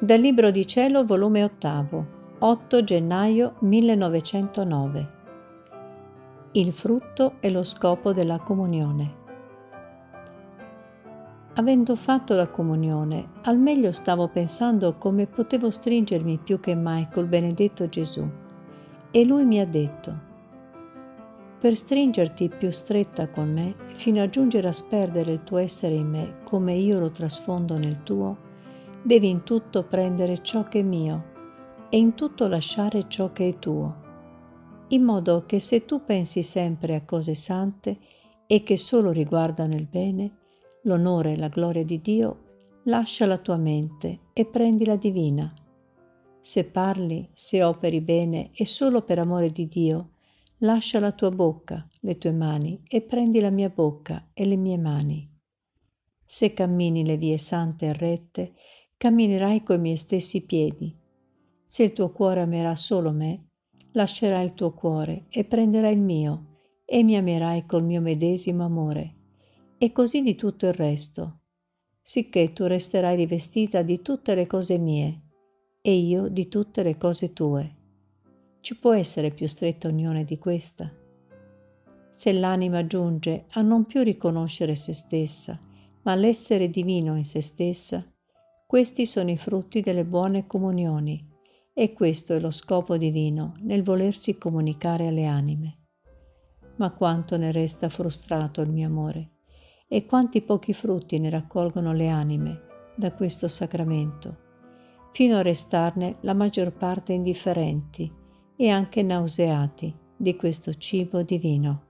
Dal Libro di Cielo, volume 8, 8 gennaio 1909. Il frutto e lo scopo della comunione. Avendo fatto la comunione, al meglio stavo pensando come potevo stringermi più che mai col benedetto Gesù, e lui mi ha detto: per stringerti più stretta con me, fino a giungere a sperdere il tuo essere in me come io lo trasfondo nel tuo, devi in tutto prendere ciò che è mio e in tutto lasciare ciò che è tuo, in modo che se tu pensi sempre a cose sante e che solo riguardano il bene, l'onore e la gloria di Dio, lascia la tua mente e prendi la divina. Se parli, se operi bene e solo per amore di Dio, lascia la tua bocca, le tue mani e prendi la mia bocca e le mie mani. Se cammini le vie sante e rette, camminerai coi miei stessi piedi. Se il tuo cuore amerà solo me, lascerai il tuo cuore e prenderai il mio e mi amerai col mio medesimo amore. E così di tutto il resto, sicché tu resterai rivestita di tutte le cose mie e io di tutte le cose tue. Ci può essere più stretta unione di questa? Se l'anima giunge a non più riconoscere se stessa, ma l'essere divino in se stessa, questi sono i frutti delle buone comunioni, e questo è lo scopo divino nel volersi comunicare alle anime. Ma quanto ne resta frustrato il mio amore, e quanti pochi frutti ne raccolgono le anime da questo sacramento, fino a restarne la maggior parte indifferenti e anche nauseati di questo cibo divino.